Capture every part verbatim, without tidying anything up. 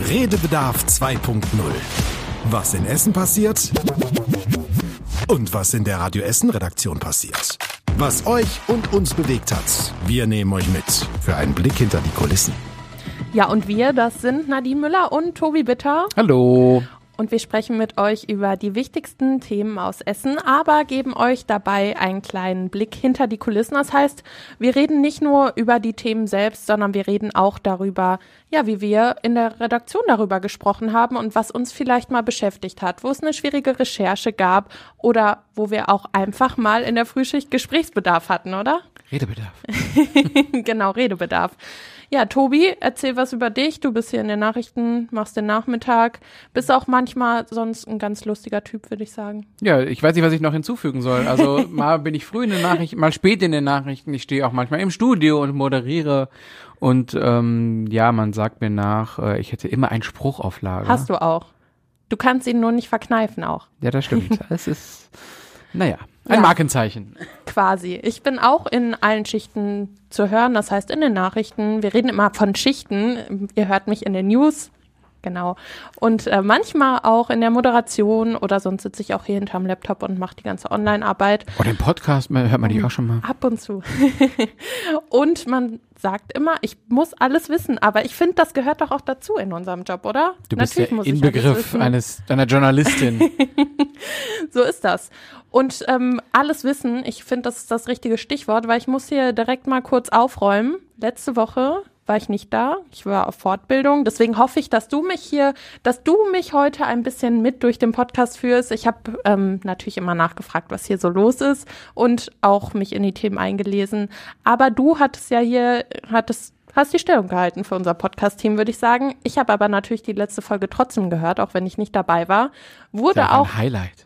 Redebedarf zwei Punkt null. Was in Essen passiert und was in der Radio Essen Redaktion passiert. Was euch und uns bewegt hat. Wir nehmen euch mit für einen Blick hinter die Kulissen. Ja, und wir, das sind Nadine Müller und Tobi Bitter. Hallo. Und wir sprechen mit euch über die wichtigsten Themen aus Essen, aber geben euch dabei einen kleinen Blick hinter die Kulissen. Das heißt, wir reden nicht nur über die Themen selbst, sondern wir reden auch darüber, ja, wie wir in der Redaktion darüber gesprochen haben und was uns vielleicht mal beschäftigt hat, wo es eine schwierige Recherche gab oder wo wir auch einfach mal in der Frühschicht Gesprächsbedarf hatten, oder? Redebedarf. Genau, Redebedarf. Ja, Tobi, erzähl was über dich. Du bist hier in den Nachrichten, machst den Nachmittag, bist auch manchmal sonst ein ganz lustiger Typ, würde ich sagen. Ja, ich weiß nicht, was ich noch hinzufügen soll. Also mal bin ich früh in den Nachrichten, mal spät in den Nachrichten. Ich stehe auch manchmal im Studio und moderiere. Und ähm, ja, man sagt mir nach, äh, ich hätte immer einen Spruch auf Lager. Hast du auch. Du kannst ihn nur nicht verkneifen auch. Ja, das stimmt. Es ist, naja, ein Ja. Markenzeichen. Quasi. Ich bin auch in allen Schichten zu hören, das heißt in den Nachrichten. Wir reden immer von Schichten. Ihr hört mich in den News. Genau. Und äh, manchmal auch in der Moderation oder sonst sitze ich auch hier hinterm Laptop und mache die ganze Online-Arbeit. Oder im Podcast hört man dich auch schon mal. Ab und zu. Und man sagt immer, ich muss alles wissen, aber ich finde, das gehört doch auch dazu in unserem Job, oder? Du bist Natürlich der muss ich alles Inbegriff wissen. eines einer Journalistin. So ist das. Und ähm, alles wissen, ich finde, das ist das richtige Stichwort, weil ich muss hier direkt mal kurz aufräumen. Letzte Woche war ich nicht da. Ich war auf Fortbildung. Deswegen hoffe ich, dass du mich hier, dass du mich heute ein bisschen mit durch den Podcast führst. Ich habe ähm, natürlich immer nachgefragt, was hier so los ist und auch mich in die Themen eingelesen. Aber du hattest ja hier, hattest hast die Stellung gehalten für unser Podcast-Team, würde ich sagen. Ich habe aber natürlich die letzte Folge trotzdem gehört, auch wenn ich nicht dabei war. Wurde Das war auch ein Highlight.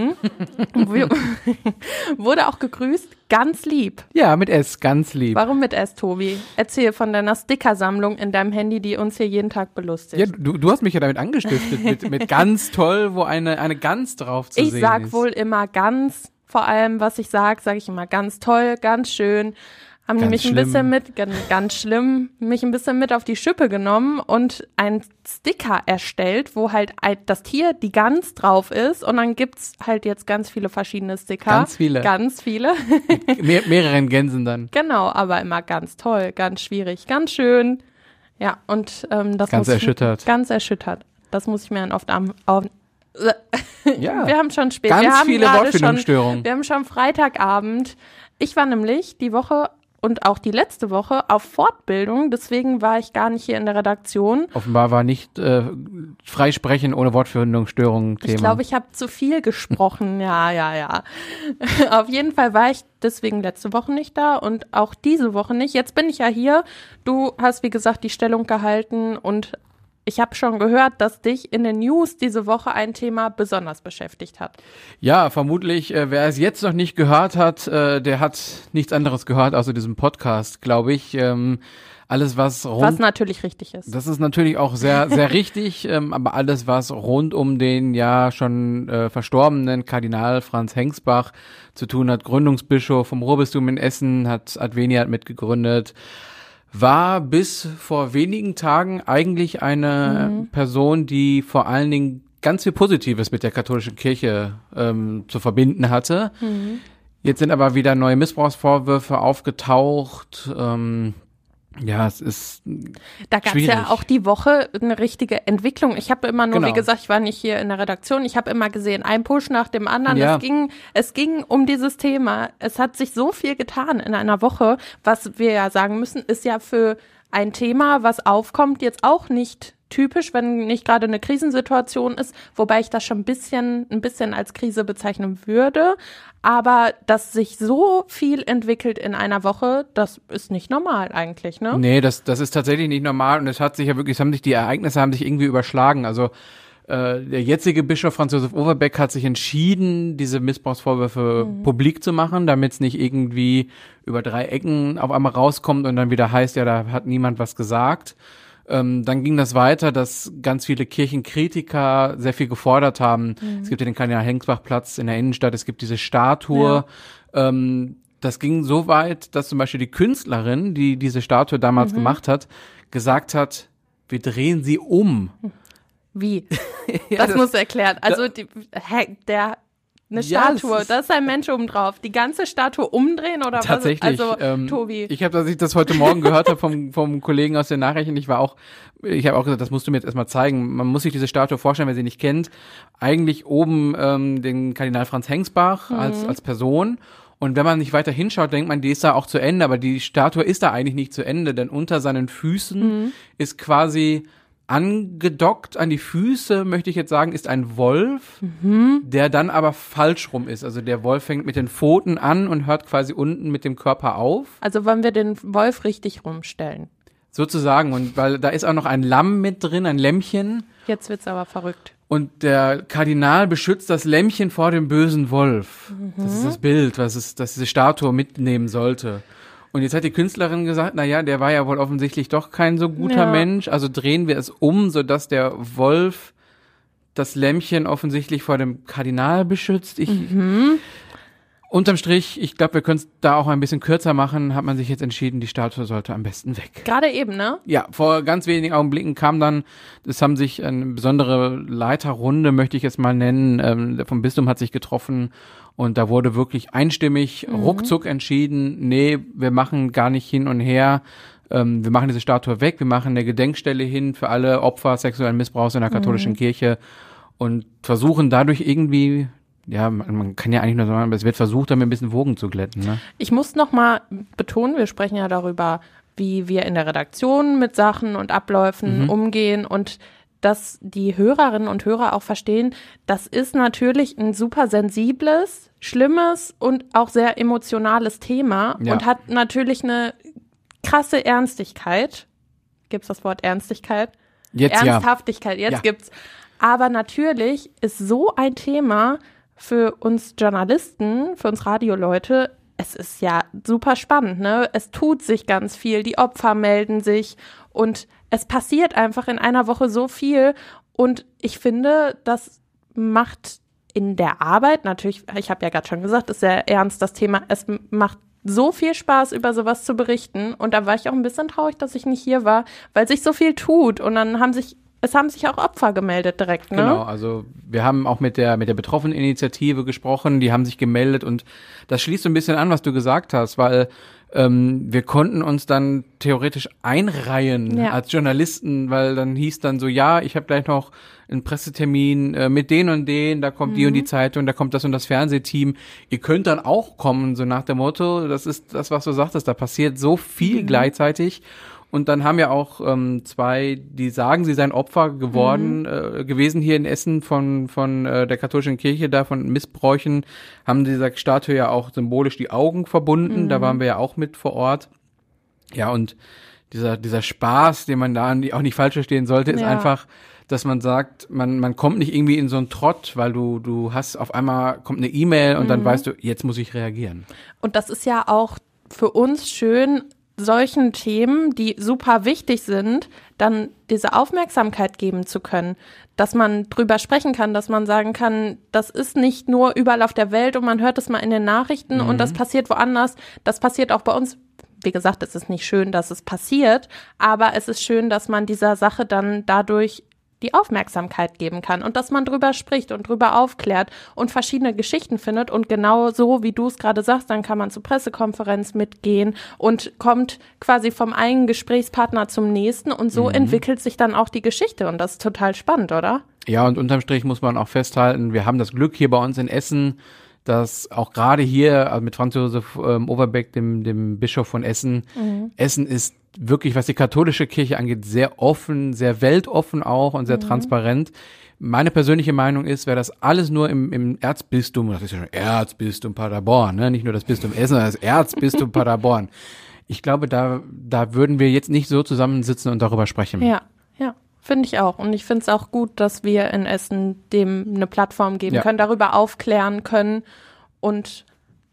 wurde auch gegrüßt, ganz lieb. Ja, mit S, ganz lieb. Warum mit S, Tobi? Erzähl von deiner Stickersammlung in deinem Handy, die uns hier jeden Tag belustigt. Ja, du, du hast mich ja damit angestiftet, mit, mit ganz toll, wo eine, eine Gans drauf zu ich sehen sag ist. wohl immer ganz, vor allem, was ich sag, sage ich immer ganz toll, ganz schön. Haben die Ganz mich ein schlimm. bisschen mit, ganz, ganz schlimm, mich ein bisschen mit auf die Schippe genommen und einen Sticker erstellt, wo halt ein- das Tier, die Gans drauf ist und dann gibt's halt jetzt ganz viele verschiedene Sticker. Ganz viele. Ganz viele. Mehr, mehreren Gänsen dann. Genau, aber immer ganz toll, ganz schwierig, ganz schön. Ja, und ähm, das Ganz muss ich, erschüttert. Ganz erschüttert. Das muss ich mir dann oft am auf, Ja. Wir haben schon spät. Ganz wir haben viele gerade Wortfindungsstörungen. schon, Wir haben schon Freitagabend. Ich war nämlich die Woche und auch die letzte Woche auf Fortbildung, deswegen war ich gar nicht hier in der Redaktion. Offenbar war nicht äh, Freisprechen ohne Wortfindungsstörungen Thema. Ich glaube, ich habe zu viel gesprochen. Ja, ja, ja. Auf jeden Fall war ich deswegen letzte Woche nicht da und auch diese Woche nicht. Jetzt bin ich ja hier. Du hast, wie gesagt, die Stellung gehalten und ich habe schon gehört, dass dich in den News diese Woche ein Thema besonders beschäftigt hat. Ja, vermutlich, äh, wer es jetzt noch nicht gehört hat, äh, der hat nichts anderes gehört außer diesem Podcast, glaube ich. Ähm, alles, was rund... Was natürlich richtig ist. Das ist natürlich auch sehr, sehr richtig, ähm, aber alles, was rund um den ja schon äh, verstorbenen Kardinal Franz Hengsbach zu tun hat, Gründungsbischof vom Ruhrbistum in Essen, hat Adveniat mitgegründet, war bis vor wenigen Tagen eigentlich eine Mhm. Person, die vor allen Dingen ganz viel Positives mit der katholischen Kirche ähm, zu verbinden hatte. Mhm. Jetzt sind aber wieder neue Missbrauchsvorwürfe aufgetaucht. Ähm, ja, es ist Da gab es schwierig. ja auch die Woche eine richtige Entwicklung. Ich habe immer nur, Genau. wie gesagt, ich war nicht hier in der Redaktion, ich habe immer gesehen, ein Push nach dem anderen. Ja. Es ging, es ging um dieses Thema. Es hat sich so viel getan in einer Woche, was wir ja sagen müssen, ist ja für ein Thema, was aufkommt, jetzt auch nicht typisch, wenn nicht gerade eine Krisensituation ist, wobei ich das schon ein bisschen, ein bisschen als Krise bezeichnen würde. Aber dass sich so viel entwickelt in einer Woche, das ist nicht normal eigentlich, ne? Nee, das, das ist tatsächlich nicht normal und es hat sich ja wirklich, es haben sich die Ereignisse haben sich irgendwie überschlagen. Also äh, der jetzige Bischof Franz Josef Overbeck hat sich entschieden, diese Missbrauchsvorwürfe Mhm. publik zu machen, damit es nicht irgendwie über drei Ecken auf einmal rauskommt und dann wieder heißt, ja, da hat niemand was gesagt. Ähm, dann ging das weiter, dass ganz viele Kirchenkritiker sehr viel gefordert haben. Mhm. Es gibt ja den Kardinal-Hengsbach-Platz in der Innenstadt, es gibt diese Statue. Ja. Ähm, das ging so weit, dass zum Beispiel die Künstlerin, die diese Statue damals Mhm. gemacht hat, gesagt hat, wir drehen sie um. Wie? Ja, das, das musst du erklären. Also die, hä, der eine Ja, das Statue, ist- da ist ein Mensch oben drauf. Die ganze Statue umdrehen oder Tatsächlich. was? Also ähm, Tobi. Ich habe, dass ich das heute Morgen gehört habe vom, vom Kollegen aus den Nachrichten, ich war auch, ich habe auch gesagt, das musst du mir jetzt erstmal zeigen. Man muss sich diese Statue vorstellen, wer sie nicht kennt. Eigentlich oben ähm, den Kardinal Franz Hengsbach Mhm. als, als Person. Und wenn man nicht weiter hinschaut, denkt man, die ist da auch zu Ende. Aber die Statue ist da eigentlich nicht zu Ende, denn unter seinen Füßen Mhm. ist quasi angedockt an die Füße, möchte ich jetzt sagen, ist ein Wolf, Mhm. der dann aber falsch rum ist. Also der Wolf fängt mit den Pfoten an und hört quasi unten mit dem Körper auf, Also wollen wir den Wolf richtig rumstellen. sozusagen. Und weil da ist auch noch ein Lamm mit drin, ein Lämmchen. Jetzt wird's aber verrückt. Und der Kardinal beschützt das Lämmchen vor dem bösen Wolf. Das ist das Bild, was es, das diese Statue mitnehmen sollte. Und jetzt hat die Künstlerin gesagt, na ja, der war ja wohl offensichtlich doch kein so guter Ja. Mensch. Also drehen wir es um, sodass der Wolf das Lämmchen offensichtlich vor dem Kardinal beschützt. Ich, unterm Strich, ich glaube, wir können es da auch ein bisschen kürzer machen, hat man sich jetzt entschieden, die Statue sollte am besten weg. Gerade eben, ne? Ja, vor ganz wenigen Augenblicken kam dann, es haben sich eine besondere Leiterrunde, möchte ich jetzt mal nennen, ähm, vom Bistum hat sich getroffen und da wurde wirklich einstimmig ruckzuck entschieden, nee, wir machen gar nicht hin und her, ähm, wir machen diese Statue weg, wir machen eine Gedenkstelle hin für alle Opfer sexuellen Missbrauchs in der katholischen Kirche und versuchen dadurch irgendwie, ja, man, man kann ja eigentlich nur sagen, es wird versucht, damit ein bisschen Wogen zu glätten, ne? Ich muss noch mal betonen, wir sprechen ja darüber, wie wir in der Redaktion mit Sachen und Abläufen umgehen und dass die Hörerinnen und Hörer auch verstehen, das ist natürlich ein super sensibles, schlimmes und auch sehr emotionales Thema Ja. und hat natürlich eine krasse Ernstigkeit. Gibt's das Wort Ernstigkeit? Jetzt ja. Ernsthaftigkeit, jetzt Ja. gibt's. Aber natürlich ist so ein Thema für uns Journalisten, für uns Radioleute, es ist ja super spannend, ne? Es tut sich ganz viel, die Opfer melden sich und es passiert einfach in einer Woche so viel und ich finde, das macht in der Arbeit, natürlich, ich habe ja gerade schon gesagt, ist sehr ernst das Thema, es m- macht so viel Spaß, über sowas zu berichten und da war ich auch ein bisschen traurig, dass ich nicht hier war, weil sich so viel tut und dann haben sich Es haben sich auch Opfer gemeldet direkt, ne? Genau, also wir haben auch mit der mit der Betroffeneninitiative gesprochen, die haben sich gemeldet und das schließt so ein bisschen an, was du gesagt hast, weil ähm, wir konnten uns dann theoretisch einreihen Ja. als Journalisten, weil dann hieß dann so, ja, ich habe gleich noch einen Pressetermin äh, mit den und den, da kommt die und die Zeitung, da kommt das und das Fernsehteam, ihr könnt dann auch kommen, so nach dem Motto, das ist das, was du sagtest, da passiert so viel gleichzeitig. Und dann haben ja auch ähm, zwei, die sagen, sie seien Opfer geworden, äh, gewesen hier in Essen von von äh, der katholischen Kirche, da von Missbräuchen, haben dieser Statue ja auch symbolisch die Augen verbunden, da waren wir ja auch mit vor Ort. Ja, und dieser dieser Spaß, den man da auch nicht falsch verstehen sollte, ist Ja. einfach, dass man sagt, man man kommt nicht irgendwie in so einen Trott, weil du du hast auf einmal kommt eine E-Mail und dann weißt du, jetzt muss ich reagieren. Und das ist ja auch für uns schön, solchen Themen, die super wichtig sind, dann diese Aufmerksamkeit geben zu können, dass man drüber sprechen kann, dass man sagen kann, das ist nicht nur überall auf der Welt und man hört es mal in den Nachrichten und das passiert woanders, das passiert auch bei uns. Wie gesagt, es ist nicht schön, dass es passiert, aber es ist schön, dass man dieser Sache dann dadurch die Aufmerksamkeit geben kann und dass man drüber spricht und drüber aufklärt und verschiedene Geschichten findet und genau so, wie du es gerade sagst, dann kann man zur Pressekonferenz mitgehen und kommt quasi vom einen Gesprächspartner zum nächsten und so entwickelt sich dann auch die Geschichte und das ist total spannend, oder? Ja, und unterm Strich muss man auch festhalten, wir haben das Glück hier bei uns in Essen, dass auch gerade hier also mit Franz Josef ähm, Overbeck, dem, dem Bischof von Essen, Essen ist wirklich, was die katholische Kirche angeht, sehr offen, sehr weltoffen auch und sehr transparent. Meine persönliche Meinung ist, wäre das alles nur im, im Erzbistum, das ist ja schon Erzbistum Paderborn, ne? Nicht nur das Bistum Essen, sondern das Erzbistum Paderborn. Ich glaube, da, da würden wir jetzt nicht so zusammensitzen und darüber sprechen. Ja, ja. Finde ich auch. Und ich finde es auch gut, dass wir in Essen dem eine Plattform geben Ja. können, darüber aufklären können und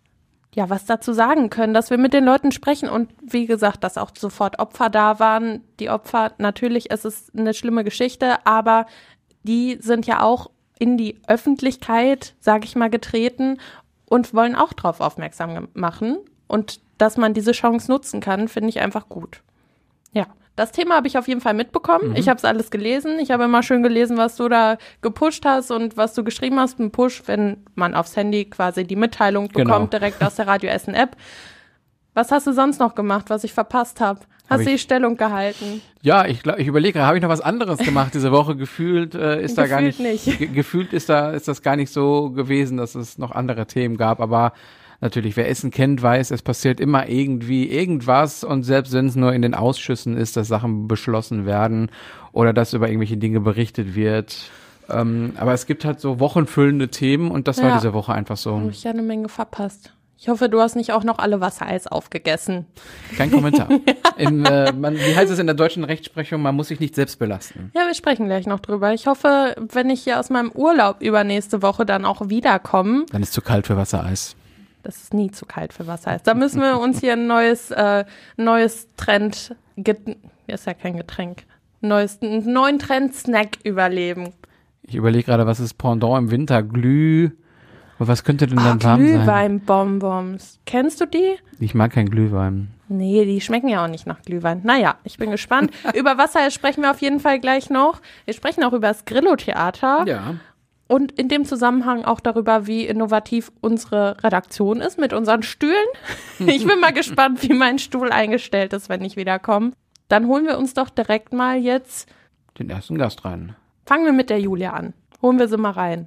ja, was dazu sagen können, dass wir mit den Leuten sprechen und wie gesagt, dass auch sofort Opfer da waren. Die Opfer, natürlich ist es eine schlimme Geschichte, aber die sind ja auch in die Öffentlichkeit, sage ich mal, getreten und wollen auch drauf aufmerksam machen. Und dass man diese Chance nutzen kann, finde ich einfach gut. Ja, Das Thema habe ich auf jeden Fall mitbekommen. Mhm. Ich habe es alles gelesen. Ich habe immer schön gelesen, was du da gepusht hast und was du geschrieben hast. Ein Push, wenn man aufs Handy quasi die Mitteilung bekommt, genau. direkt aus der Radio Essen App. Was hast du sonst noch gemacht, was ich verpasst habe? Hast du die Stellung gehalten? Ja, ich glaube, ich überlege, habe ich noch was anderes gemacht diese Woche? Gefühlt äh, ist da gar nicht, nicht. Ge- gefühlt ist da ist das gar nicht so gewesen, dass es noch andere Themen gab. Aber natürlich, wer Essen kennt, weiß, es passiert immer irgendwie irgendwas. Und selbst wenn es nur in den Ausschüssen ist, dass Sachen beschlossen werden oder dass über irgendwelche Dinge berichtet wird. Ähm, aber es gibt halt so wochenfüllende Themen und das ja. war diese Woche einfach so. Habe ich ja eine Menge verpasst. Ich hoffe, du hast nicht auch noch alle Wassereis aufgegessen. Kein Kommentar. in, äh, man, wie heißt es in der deutschen Rechtsprechung? Man muss sich nicht selbst belasten. Ja, wir sprechen gleich noch drüber. Ich hoffe, wenn ich hier aus meinem Urlaub übernächste Woche dann auch wiederkomme. Dann ist es zu kalt für Wassereis. Das ist nie zu kalt für Wassereis. Da müssen wir uns hier ein neues, äh, neues Trend, get- ist ja kein Getränk, neues, einen neuen Trend-Snack überleben. Ich überlege gerade, was ist Pendant im Winter? Glüh. Was könnte denn dann oh, warm sein? Glühweinbonbons. Kennst du die? Ich mag keinen Glühwein. Nee, die schmecken ja auch nicht nach Glühwein. Naja, ich bin gespannt. Über Wassereis sprechen wir auf jeden Fall gleich noch. Wir sprechen auch über das Grillo-Theater. Ja. Und in dem Zusammenhang auch darüber, wie innovativ unsere Redaktion ist mit unseren Stühlen. Ich bin mal gespannt, wie mein Stuhl eingestellt ist, wenn ich wiederkomme. Dann holen wir uns doch direkt mal jetzt den ersten Gast rein. Fangen wir mit der Julia an. Holen wir sie mal rein.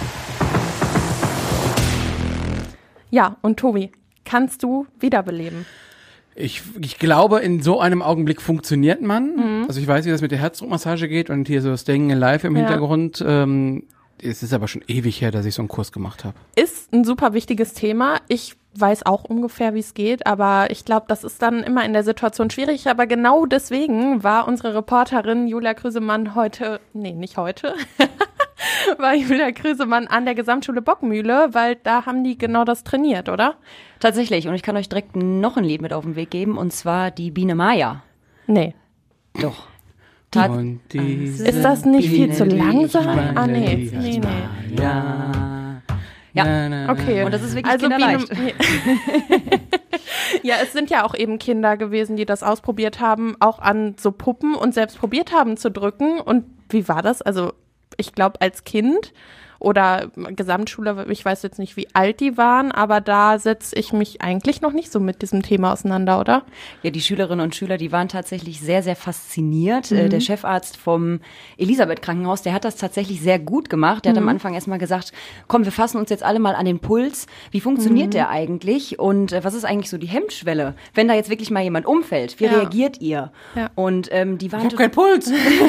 Ja, und Tobi, kannst du wiederbeleben? Ich, ich glaube, in so einem Augenblick funktioniert man. Mhm. Also ich weiß, wie das mit der Herzdruckmassage geht und hier so Staying Alive im ja. Hintergrund. Ähm, es ist aber schon ewig her, dass ich so einen Kurs gemacht habe. Ist ein super wichtiges Thema. Ich weiß auch ungefähr, wie es geht, aber ich glaube, das ist dann immer in der Situation schwierig. Aber genau deswegen war unsere Reporterin Julia Krüsemann heute, nee, nicht heute, war Julia Krüsemann an der Gesamtschule Bockmühle, weil da haben die genau das trainiert, oder? Tatsächlich. Und ich kann euch direkt noch ein Lied mit auf den Weg geben, und zwar die Biene Maya. Nee. Doch. Tat- ist das nicht viel zu langsam? Ah, nee. nee, nee. Ja. Ja, okay. Und das ist wirklich also kinderleicht. Biene, ja, es sind ja auch eben Kinder gewesen, die das ausprobiert haben, auch an so Puppen und selbst probiert haben zu drücken. Und wie war das? Also ich glaube, als Kind oder Gesamtschule, ich weiß jetzt nicht, wie alt die waren, aber da setze ich mich eigentlich noch nicht so mit diesem Thema auseinander, oder? Ja, die Schülerinnen und Schüler, die waren tatsächlich sehr, sehr fasziniert. Mhm. Der Chefarzt vom Elisabeth-Krankenhaus, der hat das tatsächlich sehr gut gemacht. Der mhm. hat am Anfang erstmal gesagt, komm, wir fassen uns jetzt alle mal an den Puls. Wie funktioniert mhm. der eigentlich? Und äh, was ist eigentlich so die Hemmschwelle? Wenn da jetzt wirklich mal jemand umfällt, wie ja. reagiert ihr? Ja. Und ähm, die waren ich hab keinen Puls!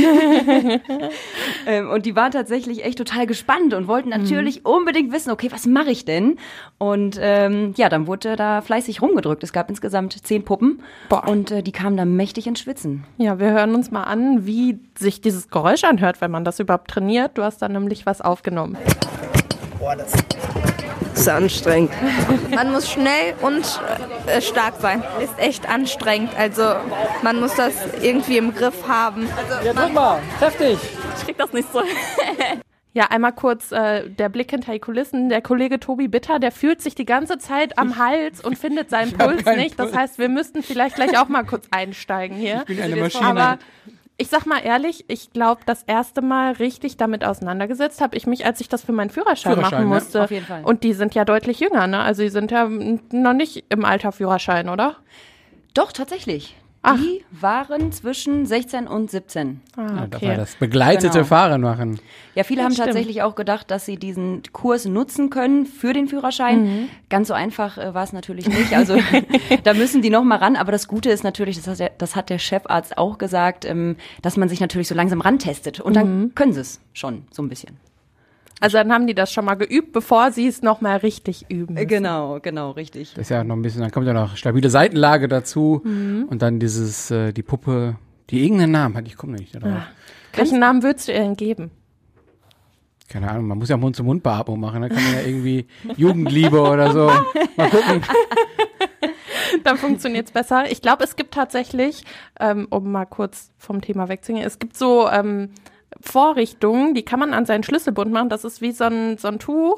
ähm, und die waren tatsächlich echt total gespannt und wollten natürlich mhm. unbedingt wissen, okay, was mache ich denn? Und ähm, ja, dann wurde da fleißig rumgedrückt. Es gab insgesamt zehn Puppen. Boah. Und äh, die kamen da mächtig ins Schwitzen. Ja, wir hören uns mal an, wie sich dieses Geräusch anhört, wenn man das überhaupt trainiert. Du hast da nämlich was aufgenommen. Boah, das ist anstrengend. Man muss schnell und äh, stark sein. Ist echt anstrengend. Also man muss das irgendwie im Griff haben. Also, ja, drück mal, kräftig. Ich krieg das nicht so. Ja, einmal kurz äh, der Blick hinter die Kulissen. Der Kollege Tobi Bitter, der fühlt sich die ganze Zeit am Hals und findet seinen Puls nicht. Das heißt, wir müssten vielleicht gleich auch mal kurz einsteigen hier. Ich bin eine Maschine. Aber ich sag mal ehrlich, ich glaube, das erste Mal richtig damit auseinandergesetzt habe ich mich, als ich das für meinen Führerschein, Führerschein machen musste. Ne? Auf jeden Fall. Und die sind ja deutlich jünger, ne? Also die sind ja noch nicht im Alter Führerschein, oder? Doch, tatsächlich. Ach. Die waren zwischen sechzehn und siebzehn. Ah, okay. Ja, das war das begleitete Genau. Fahren machen. Ja, viele Das haben stimmt. tatsächlich auch gedacht, dass sie diesen Kurs nutzen können für den Führerschein. Mhm. Ganz so einfach äh, war es natürlich nicht. Also da müssen die noch mal ran. Aber das Gute ist natürlich, das hat der, das hat der Chefarzt auch gesagt, ähm, dass man sich natürlich so langsam rantestet. Und dann Mhm. können sie es schon so ein bisschen. Also dann haben die das schon mal geübt, bevor sie es noch mal richtig üben müssen. Genau, genau, richtig. Das ist ja noch ein bisschen, dann kommt ja noch stabile Seitenlage dazu und dann dieses, äh, die Puppe, die irgendeinen Namen hat, ich komme nicht darauf. Ja. Welchen Namen würdest du ihr denn geben? Keine Ahnung, man muss ja Mund-zu-Mund-Beatmung machen, dann kann man ja irgendwie Jugendliebe oder so. Mal gucken. Dann funktioniert's besser. Ich glaube, es gibt tatsächlich, ähm, um mal kurz vom Thema wegzugehen, es gibt so ähm, Vorrichtungen, die kann man an seinen Schlüsselbund machen. Das ist wie so ein, so ein Tuch.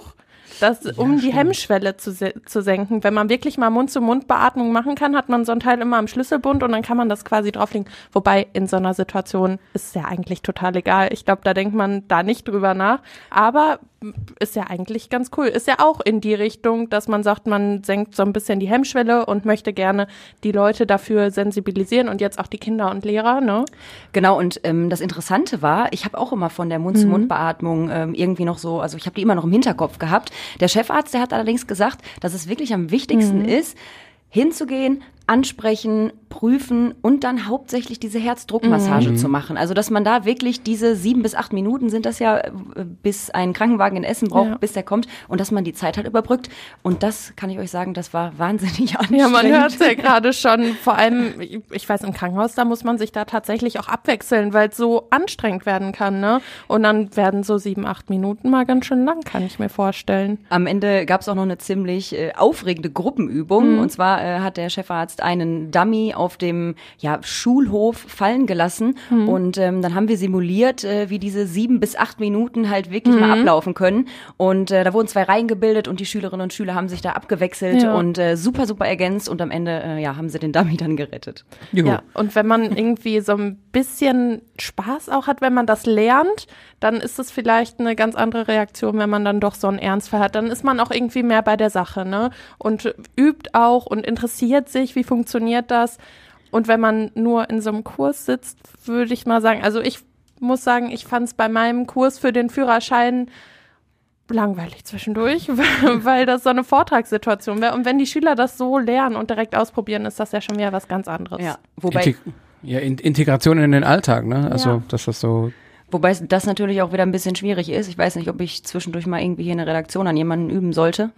das, um ja, die Hemmschwelle zu, zu senken. Wenn man wirklich mal Mund-zu-Mund-Beatmung machen kann, hat man so ein Teil immer am Schlüsselbund und dann kann man das quasi drauflegen. Wobei in so einer Situation ist es ja eigentlich total egal. Ich glaube, da denkt man da nicht drüber nach. Aber ist ja eigentlich ganz cool. Ist ja auch in die Richtung, dass man sagt, man senkt so ein bisschen die Hemmschwelle und möchte gerne die Leute dafür sensibilisieren und jetzt auch die Kinder und Lehrer, ne? Genau, und ähm, das Interessante war, ich habe auch immer von der Mund-zu-Mund-Beatmung ähm, irgendwie noch so, also ich habe die immer noch im Hinterkopf gehabt. Der Chefarzt, der hat allerdings gesagt, dass es wirklich am wichtigsten mhm. ist, hinzugehen, ansprechen, prüfen und dann hauptsächlich diese Herzdruckmassage mhm. zu machen. Also, dass man da wirklich diese sieben bis acht Minuten sind das ja, bis ein Krankenwagen in Essen braucht, ja. bis der kommt und dass man die Zeit halt überbrückt. Und das kann ich euch sagen, das war wahnsinnig anstrengend. Ja, man hört es ja gerade schon. Vor allem, ich weiß, im Krankenhaus, da muss man sich da tatsächlich auch abwechseln, weil es so anstrengend werden kann, ne? Und dann werden so sieben, acht Minuten mal ganz schön lang, kann ich mir vorstellen. Am Ende gab es auch noch eine ziemlich äh, aufregende Gruppenübung. Mhm. Und zwar äh, hat der Chefarzt einen Dummy auf dem ja, Schulhof fallen gelassen mhm. und ähm, dann haben wir simuliert, äh, wie diese sieben bis acht Minuten halt wirklich mhm. mal ablaufen können und äh, da wurden zwei Reihen gebildet und die Schülerinnen und Schüler haben sich da abgewechselt ja. und äh, super, super ergänzt und am Ende äh, ja, haben sie den Dummy dann gerettet. Juhu. Ja, und wenn man irgendwie so ein bisschen Spaß auch hat, wenn man das lernt, dann ist es vielleicht eine ganz andere Reaktion, wenn man dann doch so einen Ernstfall hat. Dann ist man auch irgendwie mehr bei der Sache, ne? Und übt auch und interessiert sich, wie funktioniert das. Und wenn man nur in so einem Kurs sitzt, würde ich mal sagen, also ich muss sagen, ich fand es bei meinem Kurs für den Führerschein langweilig zwischendurch, weil das so eine Vortragssituation wäre. Und wenn die Schüler das so lernen und direkt ausprobieren, ist das ja schon wieder was ganz anderes. Ja, wobei Integ- ja, in- Integration in den Alltag, ne? Also, ja. dass das so... Wobei das natürlich auch wieder ein bisschen schwierig ist. Ich weiß nicht, ob ich zwischendurch mal irgendwie hier eine Redaktion an jemanden üben sollte.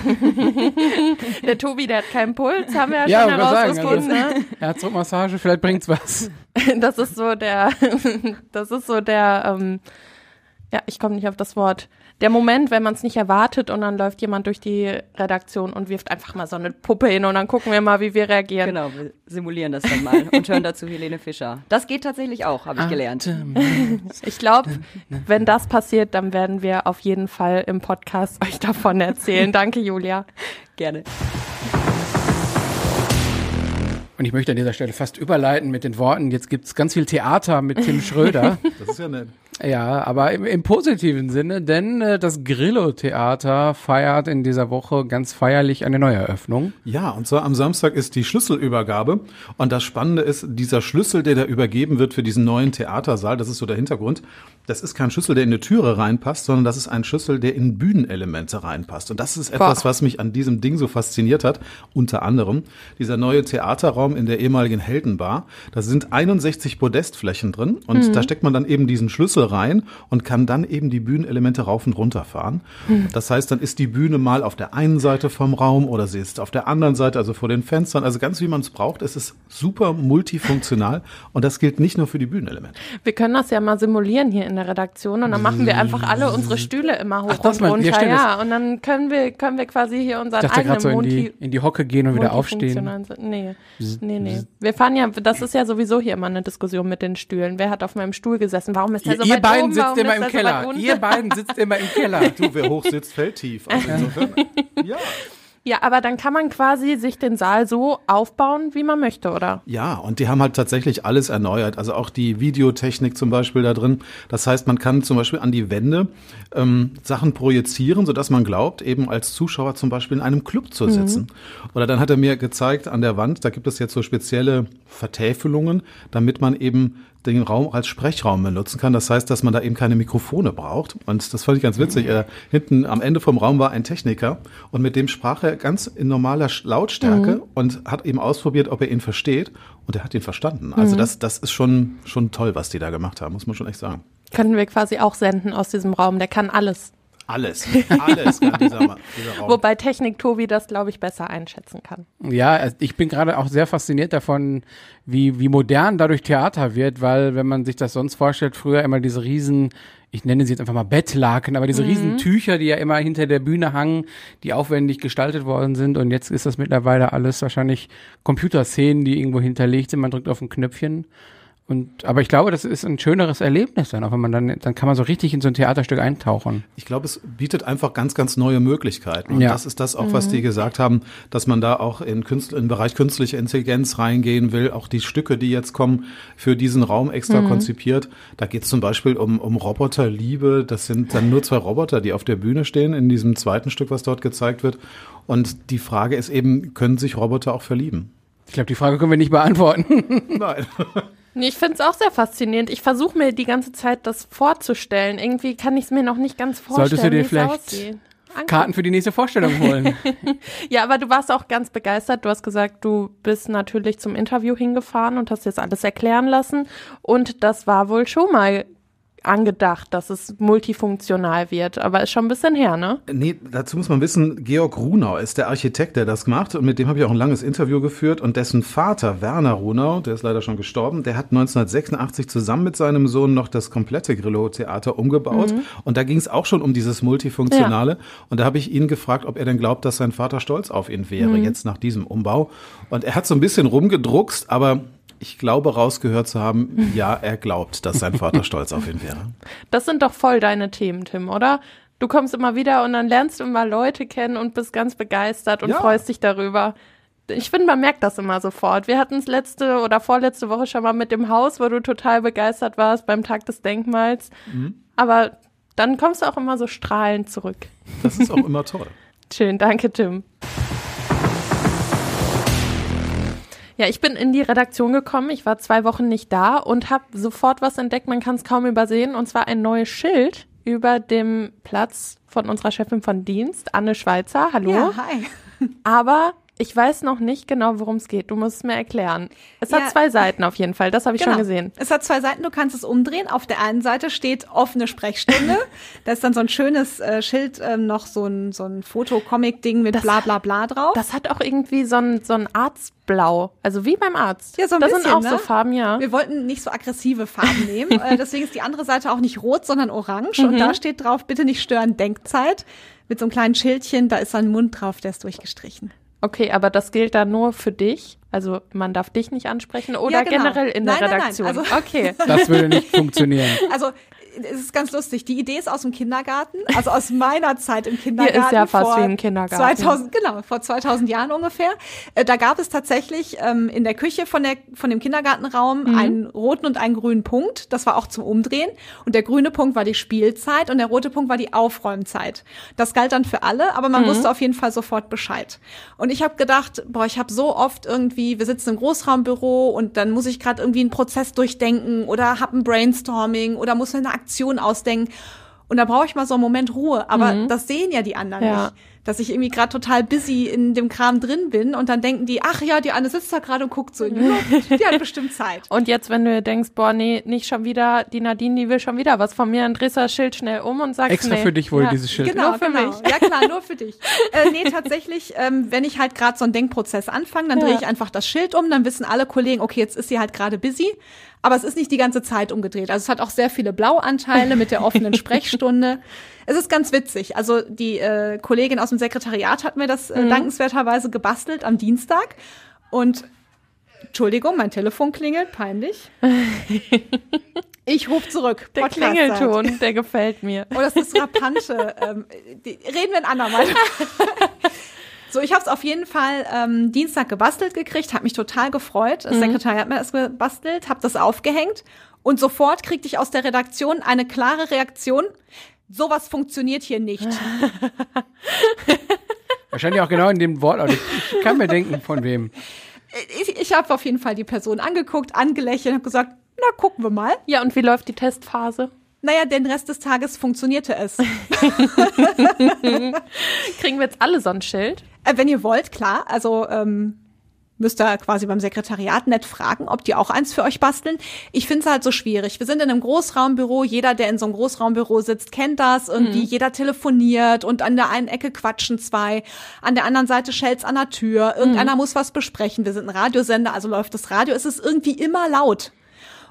Der Tobi, der hat keinen Puls, haben wir ja, ja schon herausgefunden. Also, ne? Herzdruckmassage, vielleicht bringt's was. Das ist so der, das ist so der, ähm, ja, ich komme nicht auf das Wort. Der Moment, wenn man es nicht erwartet und dann läuft jemand durch die Redaktion und wirft einfach mal so eine Puppe hin und dann gucken wir mal, wie wir reagieren. Genau, wir simulieren das dann mal und hören dazu Helene Fischer. Das geht tatsächlich auch, habe ich gelernt. Ich glaube, wenn das passiert, dann werden wir auf jeden Fall im Podcast euch davon erzählen. Danke, Julia. Gerne. Und ich möchte an dieser Stelle fast überleiten mit den Worten, jetzt gibt's ganz viel Theater mit Tim Schröder. Das ist ja nett. Ja, aber im, im positiven Sinne, denn äh, das Grillo-Theater feiert in dieser Woche ganz feierlich eine Neueröffnung. Ja, und zwar am Samstag ist die Schlüsselübergabe. Und das Spannende ist, dieser Schlüssel, der da übergeben wird für diesen neuen Theatersaal, das ist so der Hintergrund, das ist kein Schlüssel, der in eine Türe reinpasst, sondern das ist ein Schlüssel, der in Bühnenelemente reinpasst. Und das ist etwas, Boah. was mich an diesem Ding so fasziniert hat. Unter anderem dieser neue Theaterraum in der ehemaligen Heldenbar. Da sind einundsechzig Podestflächen drin und mhm. da steckt man dann eben diesen Schlüssel rein und kann dann eben die Bühnenelemente rauf und runter fahren. Mhm. Das heißt, dann ist die Bühne mal auf der einen Seite vom Raum oder sie ist auf der anderen Seite, also vor den Fenstern. Also ganz wie man es braucht. Es ist super multifunktional und das gilt nicht nur für die Bühnenelemente. Wir können das ja mal simulieren hier in der Redaktion und dann machen wir einfach alle unsere Stühle immer hoch Ach, und man, runter. Ja, und dann können wir können wir quasi hier unseren ich dachte eigenen so in, Multi- die, in die Hocke gehen und wieder aufstehen. Nee, nee, nee. Wir fahren ja, das ist ja sowieso hier immer eine Diskussion mit den Stühlen. Wer hat auf meinem Stuhl gesessen? Warum ist der ihr, so weit Ihr beiden oben? sitzt Warum immer ist im Keller. So ihr beiden sitzt immer im Keller. Du, wer hoch sitzt, fällt tief. Also insofern, ja. Ja, aber dann kann man quasi sich den Saal so aufbauen, wie man möchte, oder? Ja, und die haben halt tatsächlich alles erneuert. Also auch die Videotechnik zum Beispiel da drin. Das heißt, man kann zum Beispiel an die Wände ähm, Sachen projizieren, sodass man glaubt, eben als Zuschauer zum Beispiel in einem Club zu sitzen. Mhm. Oder dann hat er mir gezeigt an der Wand, da gibt es jetzt so spezielle Vertäfelungen, damit man eben den Raum als Sprechraum benutzen kann. Das heißt, dass man da eben keine Mikrofone braucht. Und das fand ich ganz witzig. Er, hinten am Ende vom Raum war ein Techniker und mit dem sprach er ganz in normaler Lautstärke mhm. und hat eben ausprobiert, ob er ihn versteht. Und er hat ihn verstanden. Also mhm. das, das ist schon, schon toll, was die da gemacht haben, muss man schon echt sagen. Können wir quasi auch senden aus diesem Raum. Der kann alles. Alles, alles kann dieser, dieser Raum. Wobei Technik-Tobi das, glaube ich, besser einschätzen kann. Ja, ich bin gerade auch sehr fasziniert davon, wie, wie modern dadurch Theater wird, weil wenn man sich das sonst vorstellt, früher immer diese riesen, ich nenne sie jetzt einfach mal Bettlaken, aber diese mhm. riesen Tücher, die ja immer hinter der Bühne hangen, die aufwendig gestaltet worden sind und jetzt ist das mittlerweile alles wahrscheinlich Computerszenen, die irgendwo hinterlegt sind, man drückt auf ein Knöpfchen. Und, aber ich glaube, das ist ein schöneres Erlebnis dann, auch wenn man dann, dann kann man so richtig in so ein Theaterstück eintauchen. Ich glaube, es bietet einfach ganz, ganz neue Möglichkeiten. Und ja. das ist das auch, was die gesagt haben, dass man da auch in Künstl- in den Bereich künstliche Intelligenz reingehen will. Auch die Stücke, die jetzt kommen, für diesen Raum extra mhm. konzipiert. Da geht es zum Beispiel um, um Roboterliebe. Das sind dann nur zwei Roboter, die auf der Bühne stehen in diesem zweiten Stück, was dort gezeigt wird. Und die Frage ist eben, können sich Roboter auch verlieben? Ich glaube, die Frage können wir nicht beantworten. Nein. Nee, ich finde es auch sehr faszinierend. Ich versuche mir die ganze Zeit das vorzustellen. Irgendwie kann ich es mir noch nicht ganz vorstellen, Solltest du dir wie es vielleicht aussieht. Karten für die nächste Vorstellung holen? Ja, aber du warst auch ganz begeistert. Du hast gesagt, du bist natürlich zum Interview hingefahren und hast jetzt alles erklären lassen. Und das war wohl schon mal angedacht, dass es multifunktional wird, aber ist schon ein bisschen her, ne? Nee, dazu muss man wissen, Georg Runau ist der Architekt, der das gemacht, und mit dem habe ich auch ein langes Interview geführt, und dessen Vater, Werner Runau, der ist leider schon gestorben, der hat neunzehnhundertsechsundachtzig zusammen mit seinem Sohn noch das komplette Grillo-Theater umgebaut, mhm. und da ging es auch schon um dieses Multifunktionale, ja. und da habe ich ihn gefragt, ob er denn glaubt, dass sein Vater stolz auf ihn wäre, mhm. jetzt nach diesem Umbau, und er hat so ein bisschen rumgedruckst, aber ich glaube, rausgehört zu haben, ja, er glaubt, dass sein Vater stolz auf ihn wäre. Das sind doch voll deine Themen, Tim, oder? Du kommst immer wieder und dann lernst du immer Leute kennen und bist ganz begeistert und ja. freust dich darüber. Ich finde, man merkt das immer sofort. Wir hatten es letzte oder vorletzte Woche schon mal mit dem Haus, wo du total begeistert warst beim Tag des Denkmals. Mhm. Aber dann kommst du auch immer so strahlend zurück. Das ist auch immer toll. Schön, danke, Tim. Ja, ich bin in die Redaktion gekommen, ich war zwei Wochen nicht da und habe sofort was entdeckt, man kann es kaum übersehen, und zwar ein neues Schild über dem Platz von unserer Chefin von Dienst, Anne Schweizer. Hallo. Ja, hi. Aber ich weiß noch nicht genau, worum es geht. Du musst es mir erklären. Es ja, hat zwei Seiten auf jeden Fall, das habe ich genau. schon gesehen. Es hat zwei Seiten, du kannst es umdrehen. Auf der einen Seite steht offene Sprechstunde. Da ist dann so ein schönes äh, Schild, ähm, noch so ein, so ein Foto-Comic-Ding mit das bla bla bla drauf. Das hat auch irgendwie so ein, so ein Arztblau, also wie beim Arzt. Ja, so ein das bisschen, sind auch ne? so Farben, ja. Wir wollten nicht so aggressive Farben nehmen. äh, deswegen ist die andere Seite auch nicht rot, sondern orange. Mhm. Und da steht drauf, bitte nicht stören, Denkzeit. Mit so einem kleinen Schildchen, da ist so ein Mund drauf, der ist durchgestrichen. Okay, aber das gilt dann nur für dich? Also man darf dich nicht ansprechen oder ja, genau. generell in nein, der Redaktion? Nein, nein. Also, okay. Das würde nicht funktionieren. Also es ist ganz lustig. Die Idee ist aus dem Kindergarten, also aus meiner Zeit im Kindergarten. Hier ist ja fast vor wie im Kindergarten. zweitausend, genau, vor zweitausend Jahren ungefähr. Äh, da gab es tatsächlich ähm, in der Küche von der von dem Kindergartenraum mhm. einen roten und einen grünen Punkt. Das war auch zum Umdrehen. Und der grüne Punkt war die Spielzeit und der rote Punkt war die Aufräumzeit. Das galt dann für alle, aber man mhm. wusste auf jeden Fall sofort Bescheid. Und ich habe gedacht, boah, ich habe so oft irgendwie, wir sitzen im Großraumbüro und dann muss ich gerade irgendwie einen Prozess durchdenken oder habe ein Brainstorming oder muss eine Aktion ausdenken. Und da brauche ich mal so einen Moment Ruhe. Aber mhm. das sehen ja die anderen ja. nicht. Dass ich irgendwie gerade total busy in dem Kram drin bin und dann denken die, ach ja, die Anne sitzt da gerade und guckt so in die Luft. Die hat bestimmt Zeit. Und jetzt, wenn du denkst, boah, nee, nicht schon wieder, die Nadine, die will schon wieder was von mir, dann drehst du das Schild schnell um und sagst, extra nee. für dich wohl ja. dieses Schild. Genau, nur für genau. mich. Ja klar, nur für dich. äh, nee, tatsächlich, ähm, wenn ich halt gerade so einen Denkprozess anfange, dann ja. drehe ich einfach das Schild um, dann wissen alle Kollegen, okay, jetzt ist sie halt gerade busy. Aber es ist nicht die ganze Zeit umgedreht. Also es hat auch sehr viele Blauanteile mit der offenen Sprechstunde. Es ist ganz witzig. Also die äh, Kollegin aus dem Sekretariat hat mir das äh, mhm. dankenswerterweise gebastelt am Dienstag. Und Entschuldigung, mein Telefon klingelt, peinlich. Ich rufe zurück. Der Klingelton, der gefällt mir. Oh, das ist Rapante. ähm, die, reden wir ein andermal. So, ich habe es auf jeden Fall ähm, Dienstag gebastelt gekriegt, habe mich total gefreut. Das mhm. Sekretariat hat mir das gebastelt, habe das aufgehängt und sofort kriegte ich aus der Redaktion eine klare Reaktion. Sowas funktioniert hier nicht. Wahrscheinlich auch genau in dem Wortlaut. Ich, ich kann mir denken, von wem. Ich, ich habe auf jeden Fall die Person angeguckt, angelächelt und gesagt, na, gucken wir mal. Ja, und wie läuft die Testphase? Naja, den Rest des Tages funktionierte es. Kriegen wir jetzt alle so ein Schild? Äh, wenn ihr wollt, klar. Also ähm, müsst ihr quasi beim Sekretariat nett fragen, ob die auch eins für euch basteln. Ich finde es halt so schwierig. Wir sind in einem Großraumbüro. Jeder, der in so einem Großraumbüro sitzt, kennt das. Irgendwie mhm. jeder telefoniert und an der einen Ecke quatschen zwei. An der anderen Seite schellt's an der Tür. Irgendeiner mhm. muss was besprechen. Wir sind ein Radiosender, also läuft das Radio. Es ist irgendwie immer laut.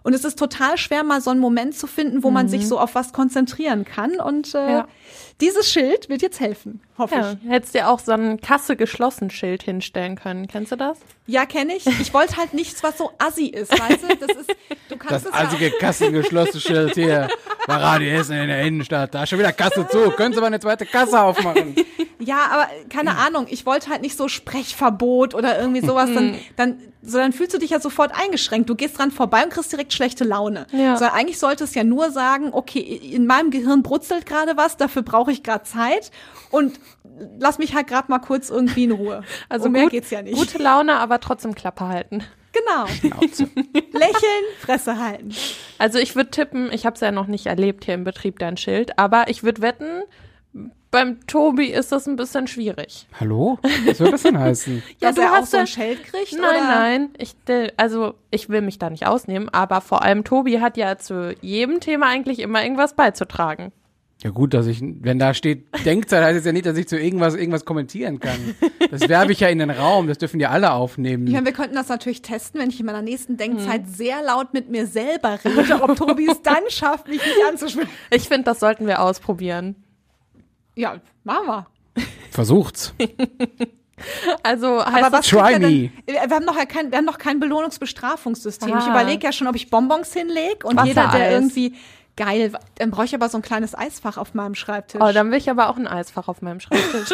Und es ist total schwer, mal so einen Moment zu finden, wo mhm. man sich so auf was konzentrieren kann. Und äh, ja. dieses Schild wird jetzt helfen, hoffe ja. ich. Hättest dir auch so ein Kasse-geschlossen-Schild hinstellen können. Kennst du das? Ja, kenne ich. Ich wollte halt nichts, was so assi ist, weißt du? Das ist, du kannst das es assige ja Kassengeschlossen-Schild hier bei Radio Essen in der Innenstadt. Da ist schon wieder Kasse zu. Können Sie mal eine zweite Kasse aufmachen? Ja, aber keine Ahnung. Ich wollte halt nicht so Sprechverbot oder irgendwie sowas. Dann, dann, so, dann fühlst du dich ja sofort eingeschränkt. Du gehst dran vorbei und kriegst direkt schlechte Laune. Ja. So, eigentlich sollte es ja nur sagen, okay, in meinem Gehirn brutzelt gerade was, dafür brauche ich gerade Zeit und lass mich halt gerade mal kurz irgendwie in Ruhe. Also um mehr gut, geht's ja nicht. Gute Laune, aber trotzdem Klappe halten. Genau. Lächeln, Fresse halten. Also ich würde tippen, ich habe es ja noch nicht erlebt hier im Betrieb, dein Schild, aber ich würde wetten, beim Tobi ist das ein bisschen schwierig. Hallo? Was soll das denn heißen? Ja, dass du er hast auch so ein Schild kriegt? Nein, oder? nein. Ich, also ich will mich da nicht ausnehmen, aber vor allem Tobi hat ja zu jedem Thema eigentlich immer irgendwas beizutragen. Ja gut, dass ich, wenn da steht Denkzeit, heißt es ja nicht, dass ich zu irgendwas irgendwas kommentieren kann. Das werfe ich ja in den Raum, das dürfen ja alle aufnehmen. Ich meine, wir könnten das natürlich testen, wenn ich in meiner nächsten Denkzeit hm. sehr laut mit mir selber rede, ob Tobi es dann schafft, mich nicht anzuspielen. Ich finde, das sollten wir ausprobieren. Ja, machen wir. Versucht's. Also heißt aber was try ja me. Dann, wir haben noch ja kein, wir haben noch kein Belohnungsbestrafungssystem. Ah. Ich überlege ja schon, ob ich Bonbons hinlege und Wassereis. jeder, der irgendwie geil, dann brauche ich aber so ein kleines Eisfach auf meinem Schreibtisch. Oh, dann will ich aber auch ein Eisfach auf meinem Schreibtisch.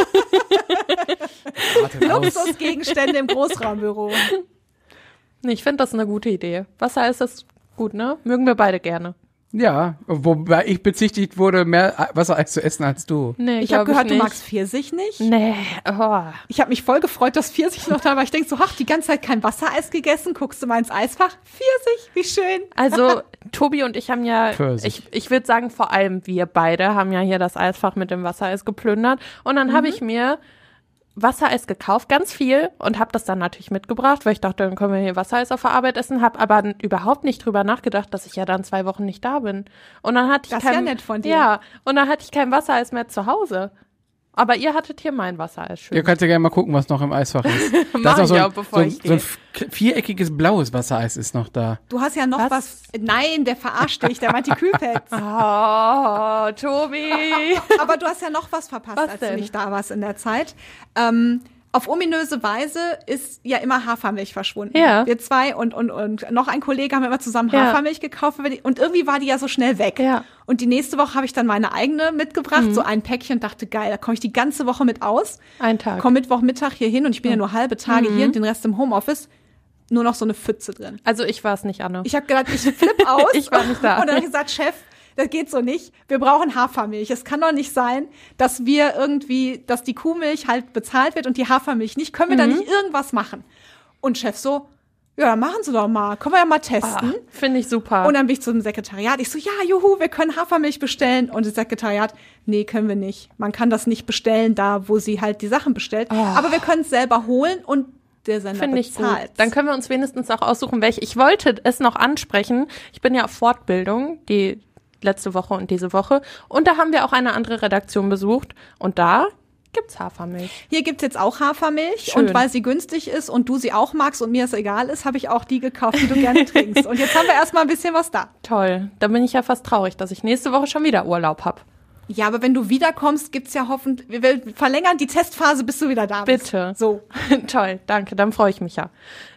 Luxusgegenstände im Großraumbüro. Nee, ich finde das eine gute Idee. Wasser ist das gut, ne? Mögen wir beide gerne. Ja, wobei ich bezichtigt wurde, mehr Wassereis zu essen als du. Nee, ich habe gehört, ich nicht. du magst Pfirsich nicht. Nee, oh. Ich habe mich voll gefreut, dass Pfirsich noch da war. Ich denke so, ach, die ganze Zeit kein Wassereis gegessen. Guckst du mal ins Eisfach? Pfirsich, wie schön. Also Tobi und ich haben ja, Pfirsich. ich, ich würde sagen, vor allem wir beide haben ja hier das Eisfach mit dem Wassereis geplündert. Und dann mhm. habe ich mir Wassereis gekauft, ganz viel, und habe das dann natürlich mitgebracht, weil ich dachte, dann können wir hier Wassereis auf der Arbeit essen, habe aber n- überhaupt nicht drüber nachgedacht, dass ich ja dann zwei Wochen nicht da bin. Und dann hatte ich das kein, ist ja nett von dir. Ja, und dann hatte ich kein Wassereis mehr zu Hause. Aber ihr hattet hier mein Wassereis schön. Ihr könnt ja gerne mal gucken, was noch im Eisfach ist. Mach Da ist ich noch auch, so, bevor ein, ich so, so ein gehe. f- viereckiges blaues Wassereis ist noch da. Du hast ja noch was. Was? Nein, der verarscht dich, der meint die Kühlpads. Oh, Tobi. Aber du hast ja noch was verpasst, Was als denn? du nicht da warst in der Zeit. Ähm, auf ominöse Weise ist ja immer Hafermilch verschwunden. Ja. Wir zwei und, und, und noch ein Kollege haben immer zusammen Ja. Hafermilch gekauft und irgendwie war die ja so schnell weg. Ja. Und die nächste Woche habe ich dann meine eigene mitgebracht, so ein Päckchen, und dachte, geil, da komme ich die ganze Woche mit aus. Ein Tag. Komm Mittwochmittag hier hin und ich bin ja nur halbe Tage hier und den Rest im Homeoffice. Nur noch so eine Pfütze drin. Also ich war es nicht, Anne. Ich habe gedacht, ich flippe aus. Ich war nicht da. Und dann habe ich gesagt, Chef, das geht so nicht. Wir brauchen Hafermilch. Es kann doch nicht sein, dass wir irgendwie, dass die Kuhmilch halt bezahlt wird und die Hafermilch nicht. Können wir da nicht irgendwas machen? Und Chef so, ja, dann machen Sie doch mal. Können wir ja mal testen. Ah, finde ich super. Und dann bin ich zum Sekretariat. Ich so, ja, juhu, wir können Hafermilch bestellen. Und das Sekretariat, nee, können wir nicht. Man kann das nicht bestellen, da wo sie halt die Sachen bestellt. Aber wir können es selber holen und der Sender Finde ich gut. bezahlt. Dann können wir uns wenigstens auch aussuchen, welche. Ich wollte es noch ansprechen. Ich bin ja auf Fortbildung, die letzte Woche und diese Woche. Und da haben wir auch eine andere Redaktion besucht. Und da gibt's Hafermilch. Hier gibt's jetzt auch Hafermilch. Schön. Und weil sie günstig ist und du sie auch magst und mir es egal ist, habe ich auch die gekauft, die du gerne trinkst. Und jetzt haben wir erstmal ein bisschen was da. Toll. Da bin ich ja fast traurig, dass ich nächste Woche schon wieder Urlaub habe. Ja, aber wenn du wiederkommst, gibt's ja hoffentlich, wir wir verlängern die Testphase, bis du wieder da bist. Bitte. So. Toll, danke. Dann freue ich mich ja.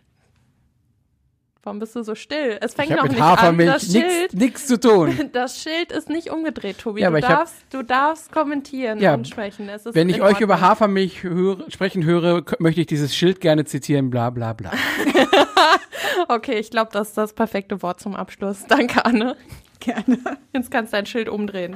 Warum bist du so still? Es fängt Ich noch habe mit nicht an. Hafermilch Das Schild, nichts zu tun. das Schild ist nicht umgedreht, Tobi. Ja, aber du, ich hab- darfst, du darfst kommentieren Ja, und sprechen. Es ist Wenn ich in euch Ordnung. über Hafermilch höre, sprechen höre, k- möchte ich dieses Schild gerne zitieren, bla bla bla. Okay, ich glaube, das ist das perfekte Wort zum Abschluss. Danke, Anne. Gerne. Jetzt kannst du dein Schild umdrehen.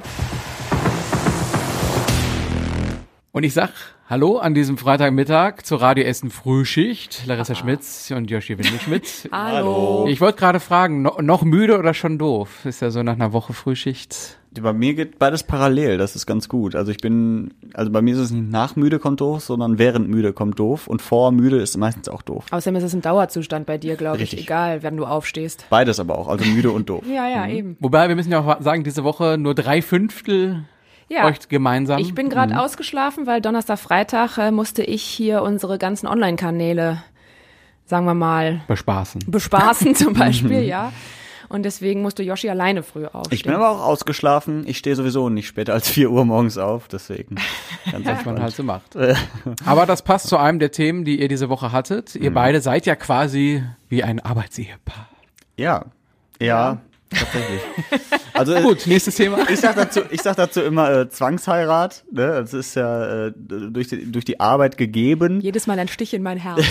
Und ich sag Hallo an diesem Freitagmittag zur Radio Essen Frühschicht. Larissa Schmitz und Joshi Windelschmidt. Hallo. Ich wollte gerade fragen, no, noch müde oder schon doof? Ist ja so nach einer Woche Frühschicht. Bei mir geht beides parallel, das ist ganz gut. Also ich bin, also bei mir ist es nicht nach müde kommt doof, sondern während müde kommt doof und vor müde ist meistens auch doof. Außerdem ist es ein Dauerzustand bei dir, glaube ich, Richtig. egal, wenn du aufstehst. Beides aber auch, also müde und doof. Ja, ja, eben. Wobei, wir müssen ja auch sagen, diese Woche nur drei Fünftel Ja. euch gemeinsam. Ich bin gerade ausgeschlafen, weil Donnerstag, Freitag äh, musste ich hier unsere ganzen Online-Kanäle, sagen wir mal, bespaßen. bespaßen zum Beispiel, ja. Und deswegen musste Yoshi alleine früh aufstehen. Ich bin aber auch ausgeschlafen. Ich stehe sowieso nicht später als vier Uhr morgens auf, deswegen. Ganz was man halt so macht. Aber das passt zu einem der Themen, die ihr diese Woche hattet. Ihr mhm. beide seid ja quasi wie ein Arbeitsehepaar. Ja, ja, ja. Tatsächlich. Also gut, nächstes Thema. Ich sag dazu, ich sag dazu immer äh, Zwangsheirat. Ne? Das ist ja äh, durch die durch die Arbeit gegeben. Jedes Mal ein Stich in mein Herz.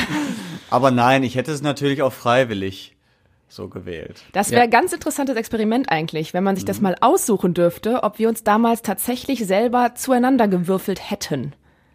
Aber nein, ich hätte es natürlich auch freiwillig so gewählt. Das wäre ein ja. ganz interessantes Experiment eigentlich, wenn man sich das mal aussuchen dürfte, ob wir uns damals tatsächlich selber zueinander gewürfelt hätten.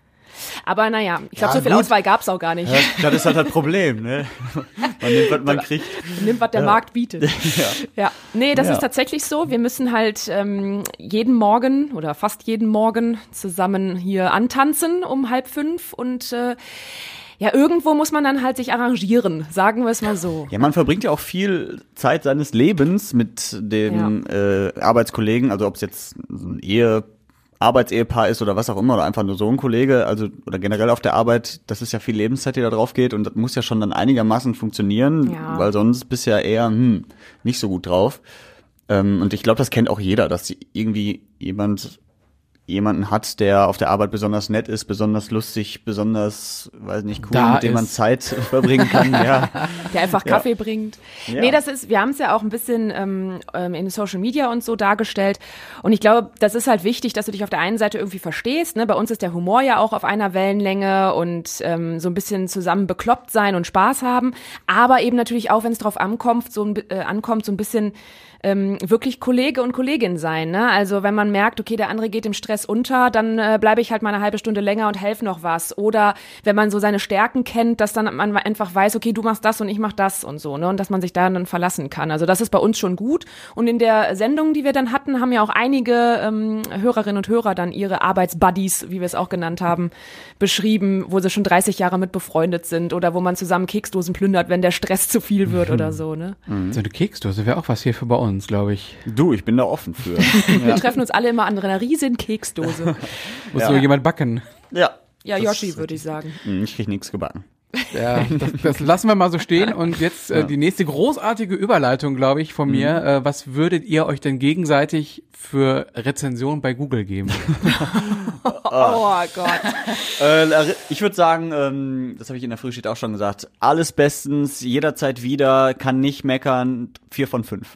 Aber naja, ich glaube, ja, so viel gut. Auswahl gab's auch gar nicht. Ja, das ist halt das Problem, ne? Man nimmt, was man kriegt. Man nimmt, was der ja. Markt bietet. Ja. ja. Nee, das ja. ist tatsächlich so. Wir müssen halt ähm, jeden Morgen oder fast jeden Morgen zusammen hier antanzen um halb fünf und äh, ja, irgendwo muss man dann halt sich arrangieren, sagen wir es mal so. Ja, man verbringt ja auch viel Zeit seines Lebens mit dem ja. äh, Arbeitskollegen, also ob es jetzt ein Ehe Arbeitsehepaar ist oder was auch immer oder einfach nur so ein Kollege, also oder generell auf der Arbeit, das ist ja viel Lebenszeit, die da drauf geht und das muss ja schon dann einigermaßen funktionieren, ja. weil sonst bist du ja eher hm, nicht so gut drauf. Ähm, und ich glaube, das kennt auch jeder, dass irgendwie jemand jemanden hat, der auf der Arbeit besonders nett ist, besonders lustig, besonders, weiß nicht, cool, da mit dem ist. man Zeit verbringen kann. Ja. Der einfach Kaffee ja. bringt. Ja. Nee, das ist, wir haben es ja auch ein bisschen ähm, in Social Media und so dargestellt. Und ich glaube, das ist halt wichtig, dass du dich auf der einen Seite irgendwie verstehst. Ne? Bei uns ist der Humor ja auch auf einer Wellenlänge und ähm, so ein bisschen zusammen bekloppt sein und Spaß haben. Aber eben natürlich auch, wenn es drauf ankommt, so ein, äh, ankommt, so ein bisschen Ähm, wirklich Kollege und Kollegin sein, ne? Also wenn man merkt, okay, der andere geht im Stress unter, dann äh, bleibe ich halt mal eine halbe Stunde länger und helfe noch was. Oder wenn man so seine Stärken kennt, dass dann man einfach weiß, okay, du machst das und ich mach das und so, ne? Und dass man sich da dann verlassen kann. Also das ist bei uns schon gut. Und in der Sendung, die wir dann hatten, haben ja auch einige ähm, Hörerinnen und Hörer dann ihre Arbeitsbuddies, wie wir es auch genannt haben, beschrieben, wo sie schon dreißig Jahre mit befreundet sind oder wo man zusammen Keksdosen plündert, wenn der Stress zu viel wird mhm. oder so, ne? So eine Keksdose wäre auch was hier für bei uns, glaube ich. Du, ich bin da offen für. Wir ja. treffen uns alle immer an einer riesen Keksdose. Muss ja. so jemand backen? Ja. Ja, Yoshi, würde ich sagen. Ich krieg nichts gebacken. Ja, das, das lassen wir mal so stehen. Und jetzt äh, die nächste großartige Überleitung, glaube ich, von mir. Mhm. Äh, was würdet ihr euch denn gegenseitig für Rezension bei Google geben? Oh Gott. Äh, ich würde sagen, ähm, das habe ich in der Frühschicht auch schon gesagt, alles bestens, jederzeit wieder, kann nicht meckern, vier von fünf.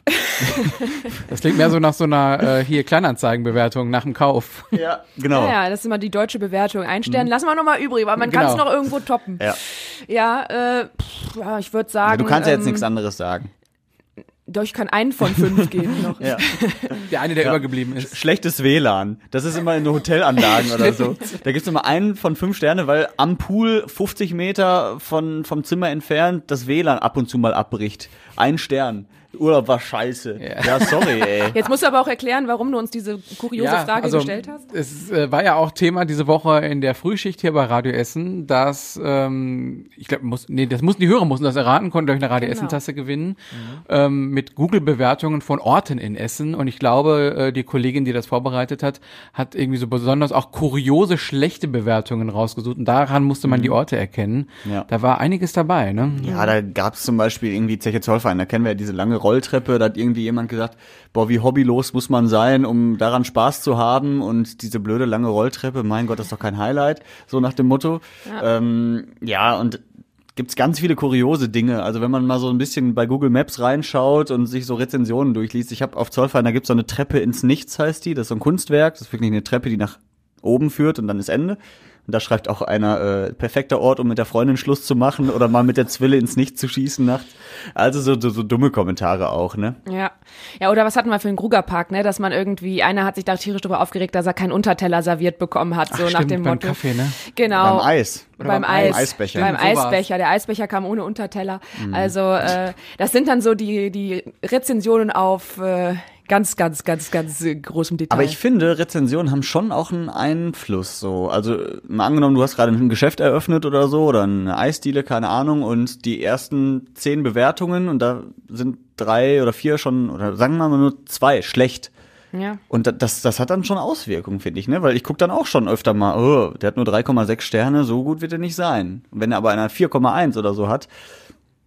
Das klingt mehr so nach so einer äh, hier Kleinanzeigenbewertung nach dem Kauf. Ja, genau. Ja, ja, das ist immer die deutsche Bewertung. Ein Stern mhm. lassen wir nochmal übrig, weil man genau. kann es noch irgendwo toppen. Ja, ja, äh, pff, ja ich würde sagen. Ja, du kannst ja jetzt ähm, nichts anderes sagen. Doch, ich kann einen von fünf geben noch. Ja. Der eine, der ja. übergeblieben ist. Schlechtes W L A N. Das ist immer in Hotelanlagen oder so. Da gibt's immer einen von fünf Sterne, weil am Pool fünfzig Meter von, vom Zimmer entfernt das W L A N ab und zu mal abbricht. Ein Stern. Urlaub war scheiße. Ja. ja, sorry, ey. Jetzt musst du aber auch erklären, warum du uns diese kuriose ja, Frage also, gestellt hast. Es äh, war ja auch Thema diese Woche in der Frühschicht hier bei Radio Essen, dass, ähm, ich glaube, muss, nee, das mussten die Hörer mussten das erraten, konnten euch eine Radio Essen Tasse gewinnen, mhm. ähm, mit Google-Bewertungen von Orten in Essen. Und ich glaube, äh, die Kollegin, die das vorbereitet hat, hat irgendwie so besonders auch kuriose, schlechte Bewertungen rausgesucht. Und daran musste man mhm. die Orte erkennen. Ja. Da war einiges dabei, ne? Ja, da gab's zum Beispiel irgendwie Zeche Zollverein, da kennen wir ja diese lange Rolltreppe, da hat irgendwie jemand gesagt, boah, wie hobbylos muss man sein, um daran Spaß zu haben und diese blöde lange Rolltreppe, mein Gott, das ist doch kein Highlight, so nach dem Motto. Ja, ähm, ja und gibt's ganz viele kuriose Dinge, also wenn man mal so ein bisschen bei Google Maps reinschaut und sich so Rezensionen durchliest, ich habe auf Zollverein, da gibt's so eine Treppe ins Nichts, heißt die, das ist so ein Kunstwerk, das ist wirklich eine Treppe, die nach oben führt und dann ist Ende. Und da schreibt auch einer, äh, perfekter Ort, um mit der Freundin Schluss zu machen oder mal mit der Zwille ins Nichts zu schießen nachts. Also so, so, so dumme Kommentare auch, ne? Ja. Ja, oder was hatten wir für einen Krugerpark, ne? Dass man irgendwie, einer hat sich da tierisch drüber aufgeregt, dass er keinen Unterteller serviert bekommen hat, so Ach, nach stimmt, dem beim Motto. Kaffee, ne? Genau. Beim Eis. Oder beim, beim Eis. Eisbecher. Beim Stimmt, so Eisbecher. Der Eisbecher kam ohne Unterteller. Mhm. Also, äh, das sind dann so die, die Rezensionen auf, äh, ganz, ganz, ganz, ganz großem Detail. Aber ich finde, Rezensionen haben schon auch einen Einfluss, so. Also, mal angenommen, du hast gerade ein Geschäft eröffnet oder so, oder eine Eisdiele, keine Ahnung, und die ersten zehn Bewertungen, und da sind drei oder vier schon, oder sagen wir mal nur zwei, schlecht. Ja. Und das, das hat dann schon Auswirkungen, finde ich, ne? Weil ich gucke dann auch schon öfter mal, oh, der hat nur drei Komma sechs Sterne, so gut wird er nicht sein. Und wenn er aber einer vier Komma eins oder so hat,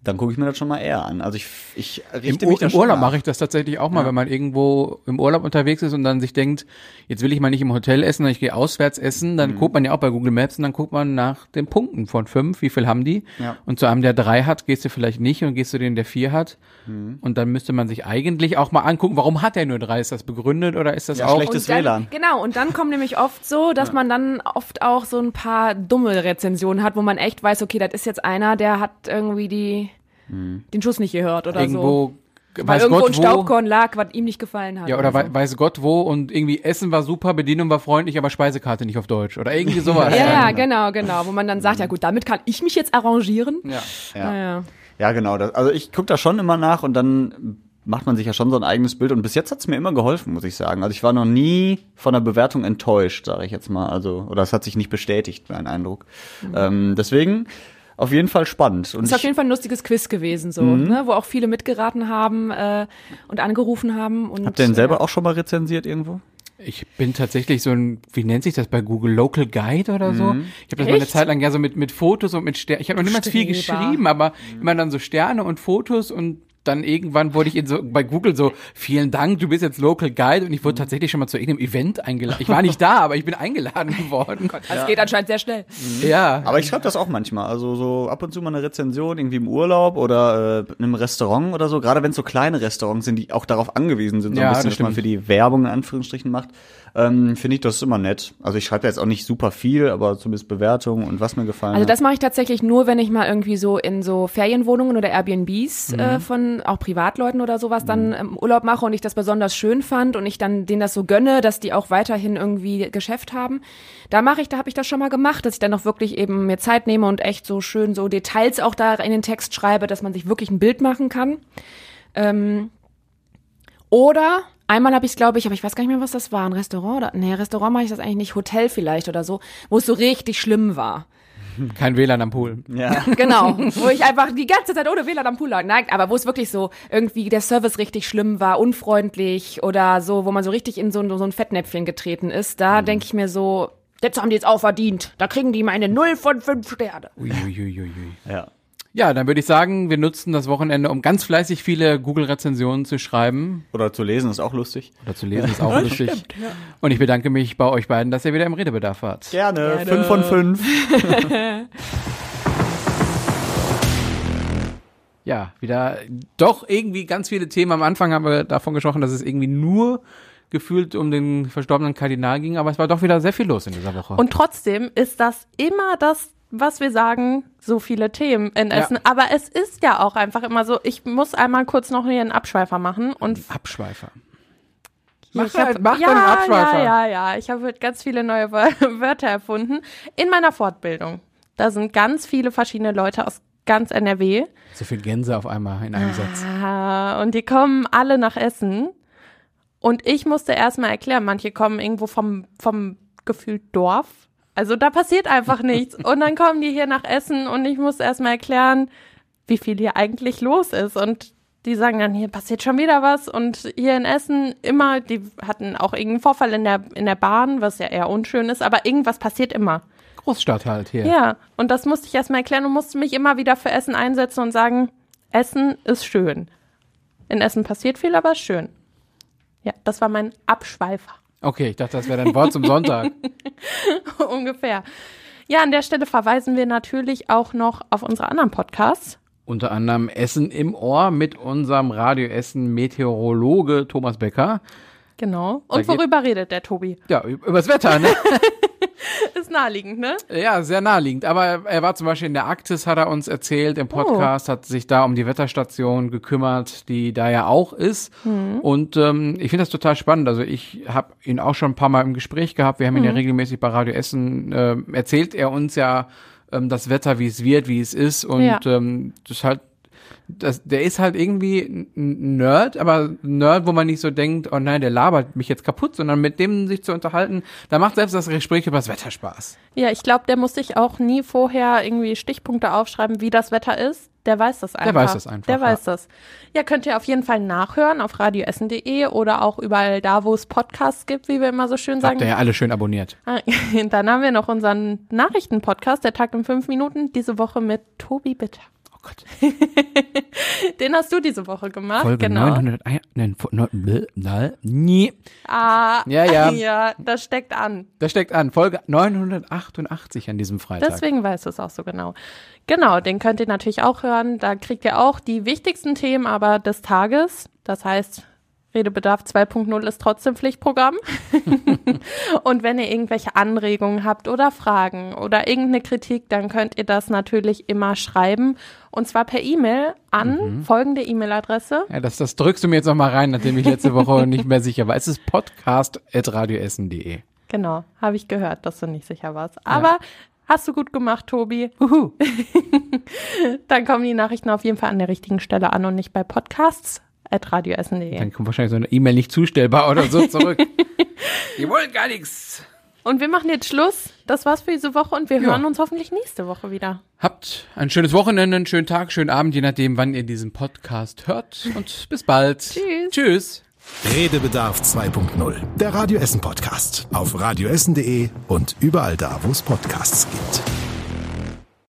dann gucke ich mir das schon mal eher an. Also ich, ich richte Im, mich da Im schon Urlaub nach. mache ich das tatsächlich auch mal, Ja. wenn man irgendwo im Urlaub unterwegs ist und dann sich denkt, jetzt will ich mal nicht im Hotel essen, sondern ich gehe auswärts essen, dann Mhm. guckt man ja auch bei Google Maps und dann guckt man nach den Punkten von fünf, wie viel haben die? Ja. Und zu einem, der drei hat, gehst du vielleicht nicht und gehst zu dem, der vier hat. Mhm. Und dann müsste man sich eigentlich auch mal angucken, warum hat er nur drei? Ist das begründet oder ist das Ja, auch schlechtes Und dann, W L A N. Genau, und dann kommt nämlich oft so, dass man dann oft auch so ein paar dumme Rezensionen hat, wo man echt weiß, okay, das ist jetzt einer, der hat irgendwie die den Schuss nicht gehört oder so. irgendwo, Weil weiß irgendwo Gott ein wo. Staubkorn lag, was ihm nicht gefallen hat. Ja, oder so. wei- weiß Gott wo und irgendwie Essen war super, Bedienung war freundlich, aber Speisekarte nicht auf Deutsch oder irgendwie sowas. Ja, ja, genau, genau. Wo man dann sagt, ja gut, damit kann ich mich jetzt arrangieren. Ja. Ja. Naja. Ja, genau. Das, also ich gucke da schon immer nach und dann macht man sich ja schon so ein eigenes Bild. Und bis jetzt hat's mir immer geholfen, muss ich sagen. Also ich war noch nie von der Bewertung enttäuscht, sage ich jetzt mal. Also, oder es hat sich nicht bestätigt, mein Eindruck. Mhm. Ähm, deswegen auf jeden Fall spannend. Und Ist auf ich, jeden Fall ein lustiges Quiz gewesen, so, Mhm. ne, wo auch viele mitgeraten haben äh, und angerufen haben. Und, habt ihr denn selber ja. auch schon mal rezensiert irgendwo? Ich bin tatsächlich so ein, wie nennt sich das bei Google, Local Guide oder so? Mhm. Ich habe das mal eine Echt? Zeit lang ja so mit mit Fotos und mit Sternen. Ich habe noch niemals viel Streber. geschrieben, aber immer dann so Sterne und Fotos und dann irgendwann wurde ich in so, bei Google so, vielen Dank, du bist jetzt Local Guide und ich wurde tatsächlich schon mal zu irgendeinem Event eingeladen. Ich war nicht da, aber ich bin eingeladen worden. Das geht anscheinend sehr schnell. Ja. Aber ich schreibe das auch manchmal. Also so ab und zu mal eine Rezension irgendwie im Urlaub oder äh, in einem Restaurant oder so. Gerade wenn es so kleine Restaurants sind, die auch darauf angewiesen sind, so ein Ja, bisschen, das dass man stimmt. für die Werbung in Anführungsstrichen macht, ähm, finde ich das immer nett. Also ich schreibe jetzt auch nicht super viel, aber zumindest Bewertungen und was mir gefallen Also hat. das mache ich tatsächlich nur, wenn ich mal irgendwie so in so Ferienwohnungen oder Airbnbs äh, von auch Privatleuten oder sowas dann im Urlaub mache und ich das besonders schön fand und ich dann denen das so gönne, dass die auch weiterhin irgendwie Geschäft haben. Da mache ich, da habe ich das schon mal gemacht, dass ich dann auch wirklich eben mir Zeit nehme und echt so schön so Details auch da in den Text schreibe, dass man sich wirklich ein Bild machen kann. Ähm, oder einmal habe ich es, glaube ich, aber ich weiß gar nicht mehr, was das war, ein Restaurant oder nee, Restaurant mache ich das eigentlich nicht, Hotel vielleicht oder so, wo es so richtig schlimm war. Kein W L A N am Pool. Ja. Genau, wo ich einfach die ganze Zeit ohne W L A N am Pool lag. Nein, aber wo es wirklich so irgendwie der Service richtig schlimm war, unfreundlich oder so, wo man so richtig in so, ein- so ein Fettnäpfchen getreten ist, da denke ich mir so, das haben die jetzt auch verdient. Da kriegen die meine null von fünf Sterne. Uiuiuiui. Ja. Ja, dann würde ich sagen, wir nutzen das Wochenende, um ganz fleißig viele Google-Rezensionen zu schreiben. Oder zu lesen ist auch lustig. Oder zu lesen ist auch lustig. Und ich bedanke mich bei euch beiden, dass ihr wieder im Redebedarf wart. Gerne. Fünf von fünf. Ja, wieder doch irgendwie ganz viele Themen. Am Anfang haben wir davon gesprochen, dass es irgendwie nur gefühlt um den verstorbenen Kardinal ging, aber es war doch wieder sehr viel los in dieser Woche. Und trotzdem ist das immer das, was wir sagen, so viele Themen in Ja. Essen. Aber es ist ja auch einfach immer so, ich muss einmal kurz noch hier einen Abschweifer machen. Und Abschweifer. ich Mach, hab- halt, mach ja, doch einen Abschweifer. Ja, ja, ja. Ich habe ganz viele neue Wör- Wörter erfunden in meiner Fortbildung. Da sind ganz viele verschiedene Leute aus ganz N R W. So viel Gänse auf einmal in einem Satz. Ah, und die kommen alle nach Essen. Und ich musste erstmal erklären, manche kommen irgendwo vom, vom gefühlt Dorf. Also da passiert einfach nichts. Und dann kommen die hier nach Essen und ich musste erstmal erklären, wie viel hier eigentlich los ist. Und die sagen dann, hier passiert schon wieder was. Und hier in Essen immer, die hatten auch irgendeinen Vorfall in der, in der Bahn, was ja eher unschön ist, aber irgendwas passiert immer. Großstadt halt hier. Ja, und das musste ich erstmal erklären und musste mich immer wieder für Essen einsetzen und sagen, Essen ist schön. In Essen passiert viel, aber ist schön. Ja, das war mein Abschweifer. Okay, ich dachte, das wäre dein Wort zum Sonntag. Ungefähr. Ja, an der Stelle verweisen wir natürlich auch noch auf unsere anderen Podcasts. Unter anderem Essen im Ohr mit unserem Radio Essen Meteorologe Thomas Becker. Genau. Da Und geht- worüber redet der Tobi? Ja, übers Wetter, ne? Ist naheliegend, ne? Ja, sehr naheliegend. Aber er war zum Beispiel in der Arktis, hat er uns erzählt im Podcast, hat sich da um die Wetterstation gekümmert, die da ja auch ist. Und ähm, ich finde das total spannend. Also ich habe ihn auch schon ein paar Mal im Gespräch gehabt. Wir haben ihn ja regelmäßig bei Radio Essen, äh, erzählt er uns ja ähm, das Wetter, wie es wird, wie es ist. Und Ja. ähm, das ist halt Das, der ist halt irgendwie ein Nerd, aber ein Nerd, wo man nicht so denkt, oh nein, der labert mich jetzt kaputt, sondern mit dem sich zu unterhalten, da macht selbst das Gespräch über das Wetter Spaß. Ja, ich glaube, der muss sich auch nie vorher irgendwie Stichpunkte aufschreiben, wie das Wetter ist. Der weiß das einfach. Der weiß das einfach, Der ja. weiß das. Ja, könnt ihr auf jeden Fall nachhören auf radioessen punkt de oder auch überall da, wo es Podcasts gibt, wie wir immer so schön sagen. Habt ihr ja alle schön abonniert. Ah, Dann haben wir noch unseren Nachrichten-Podcast, der Tag in fünf Minuten, diese Woche mit Tobi Bitter. Gott. Den hast du diese Woche gemacht, Folge genau. neunhundert, nein, nein, nein, nie. Ah, Ja, ja. ja, das steckt an. Das steckt an. Folge neunhundertachtundachtzig an diesem Freitag. Deswegen weißt du es auch so genau. Genau, den könnt ihr natürlich auch hören. Da kriegt ihr auch die wichtigsten Themen aber des Tages. Das heißt, Redebedarf zwei Punkt null ist trotzdem Pflichtprogramm. Und wenn ihr irgendwelche Anregungen habt oder Fragen oder irgendeine Kritik, dann könnt ihr das natürlich immer schreiben. Und zwar per E-Mail an mhm. folgende E-Mail-Adresse. Ja, das, das drückst du mir jetzt noch mal rein, nachdem ich letzte Woche nicht mehr sicher war. Es ist podcast at radioessen punkt de. Genau, habe ich gehört, dass du nicht sicher warst. Aber ja. Hast du gut gemacht, Tobi. Uhu. Dann kommen die Nachrichten auf jeden Fall an der richtigen Stelle an und nicht bei Podcasts at radioessen punkt de. Dann kommt wahrscheinlich so eine E-Mail nicht zustellbar oder so zurück. Die wollen gar nichts. Und wir machen jetzt Schluss. Das war's für diese Woche und wir Ja. hören uns hoffentlich nächste Woche wieder. Habt ein schönes Wochenende, einen schönen Tag, schönen Abend, je nachdem, wann ihr diesen Podcast hört. Und bis bald. Tschüss. Tschüss. Redebedarf zwei Punkt null, der Radio Essen Podcast. Auf radioessen punkt de und überall da, wo es Podcasts gibt.